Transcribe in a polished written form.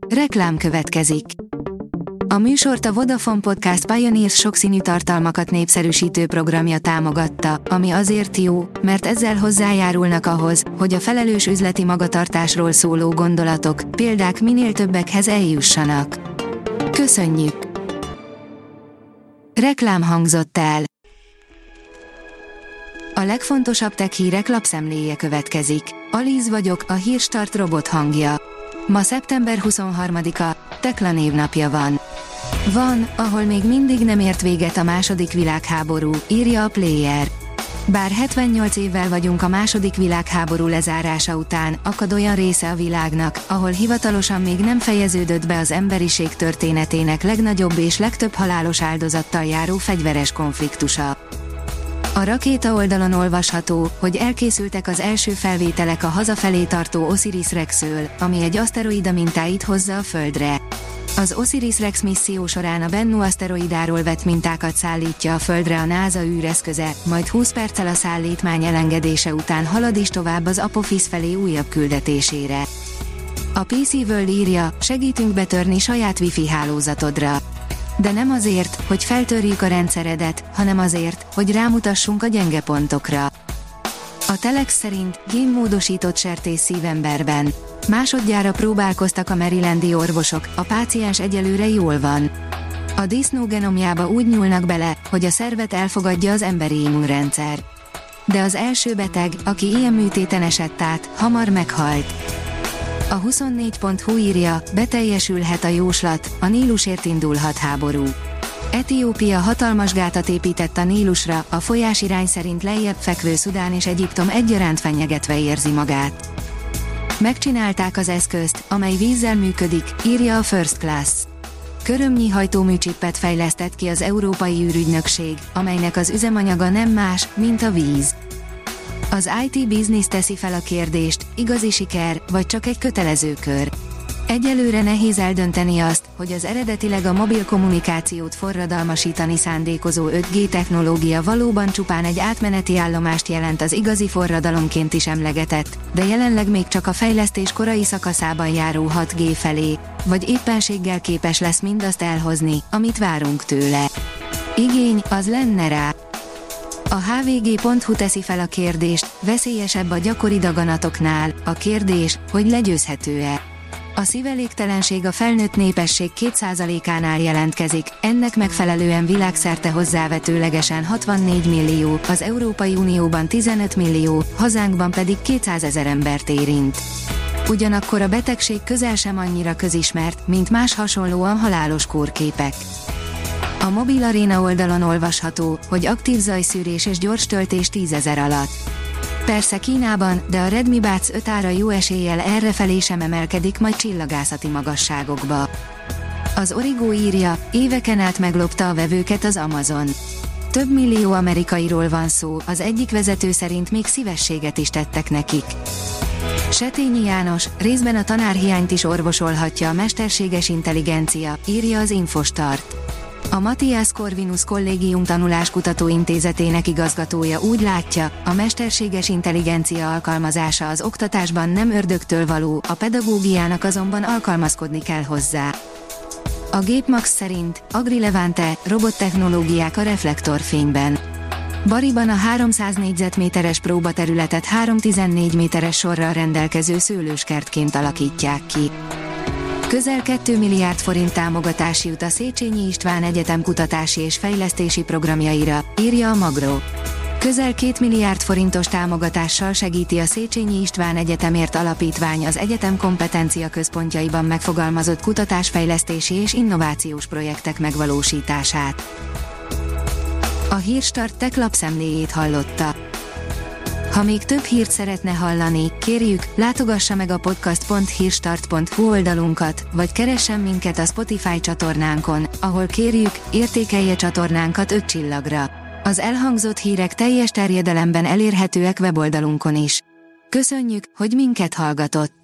Reklám következik. A műsort a Vodafone Podcast Pioneers sokszínű tartalmakat népszerűsítő programja támogatta, ami azért jó, mert ezzel hozzájárulnak ahhoz, hogy a felelős üzleti magatartásról szóló gondolatok, példák minél többekhez eljussanak. Köszönjük! Reklám hangzott el. A legfontosabb tech hírek lapszemléje következik. Alíz vagyok, a Hírstart robot hangja. Ma szeptember 23-a, Tekla névnapja van. Van, ahol még mindig nem ért véget a második világháború, írja a Player. Bár 78 évvel vagyunk a második világháború lezárása után, akad olyan része a világnak, ahol hivatalosan még nem fejeződött be az emberiség történetének legnagyobb és legtöbb halálos áldozattal járó fegyveres konfliktusa. A rakéta oldalon olvasható, hogy elkészültek az első felvételek a hazafelé tartó Osiris-Rexről, ami egy aszteroida mintáit hozza a Földre. Az Osiris-Rex misszió során a Bennu aszteroidáról vett mintákat szállítja a Földre a NASA űreszköze, majd 20 perccel a szállítmány elengedése után halad is tovább az Apophis felé újabb küldetésére. A PC World írja, segítünk betörni saját Wi-Fi hálózatodra. De nem azért, hogy feltörjük a rendszeredet, hanem azért, hogy rámutassunk a gyenge pontokra. A Telex szerint génmódosított sertés szívemberben. Másodjára próbálkoztak a marylandi orvosok, a páciens egyelőre jól van. A disznó genomjába úgy nyúlnak bele, hogy a szervet elfogadja az emberi immunrendszer. De az első beteg, aki ilyen műtéten esett át, hamar meghalt. A 24.hu írja, beteljesülhet a jóslat, a Nílusért indulhat háború. Etiópia hatalmas gátat épített a Nílusra, a folyásirány szerint lejjebb fekvő Szudán és Egyiptom egyaránt fenyegetve érzi magát. Megcsinálták az eszközt, amely vízzel működik, írja a First Class. Körömnyi hajtóműcsippet fejlesztett ki az Európai űrügynökség, amelynek az üzemanyaga nem más, mint a víz. Az IT Business teszi fel a kérdést, igazi siker, vagy csak egy kötelező kör. Egyelőre nehéz eldönteni azt, hogy az eredetileg a mobil kommunikációt forradalmasítani szándékozó 5G technológia valóban csupán egy átmeneti állomást jelent az igazi forradalomként is emlegetett, de jelenleg még csak a fejlesztés korai szakaszában járó 6G felé, vagy éppenséggel képes lesz mindazt elhozni, amit várunk tőle. Igény, az lenne rá. A hvg.hu teszi fel a kérdést, veszélyesebb a gyakori daganatoknál, a kérdés, hogy legyőzhető-e. A szívelégtelenség a felnőtt népesség 2%-ánál jelentkezik, ennek megfelelően világszerte hozzávetőlegesen 64 millió, az Európai Unióban 15 millió, hazánkban pedig 200 000 embert érint. Ugyanakkor a betegség közel sem annyira közismert, mint más hasonlóan halálos kórképek. A Mobil Arena oldalon olvasható, hogy aktív zajszűrés és gyors töltés 10 000 alatt. Persze Kínában, de a Redmi Buds 5 ára jó eséllyel errefelé sem emelkedik majd csillagászati magasságokba. Az Origo írja, éveken át meglopta a vevőket az Amazon. Több millió amerikairól van szó, az egyik vezető szerint még szívességet is tettek nekik. Setényi János, részben a tanárhiányt is orvosolhatja a mesterséges intelligencia, írja az Infostart. A Matthias Corvinus Kollégium Tanuláskutató Intézetének igazgatója úgy látja, a mesterséges intelligencia alkalmazása az oktatásban nem ördögtől való, a pedagógiának azonban alkalmazkodni kell hozzá. A Gépmax szerint AgriLevante, robottechnológiák a reflektorfényben. Bariban a 300 négyzetméteres próbaterületet 314 méteres sorral rendelkező szőlőskertként alakítják ki. Közel 2 milliárd forint támogatás jut a Széchenyi István Egyetem kutatási és fejlesztési programjaira, írja a Magro. Közel 2 milliárd forintos támogatással segíti a Széchenyi István Egyetemért Alapítvány az egyetem kompetencia központjaiban megfogalmazott kutatásfejlesztési és innovációs projektek megvalósítását. A Hírstart tech lapszemléjét hallotta. Ha még több hírt szeretne hallani, kérjük, látogassa meg a podcast.hírstart.hu oldalunkat, vagy keressen minket a Spotify csatornánkon, ahol kérjük, értékelje csatornánkat 5 csillagra. Az elhangzott hírek teljes terjedelemben elérhetőek weboldalunkon is. Köszönjük, hogy minket hallgatott!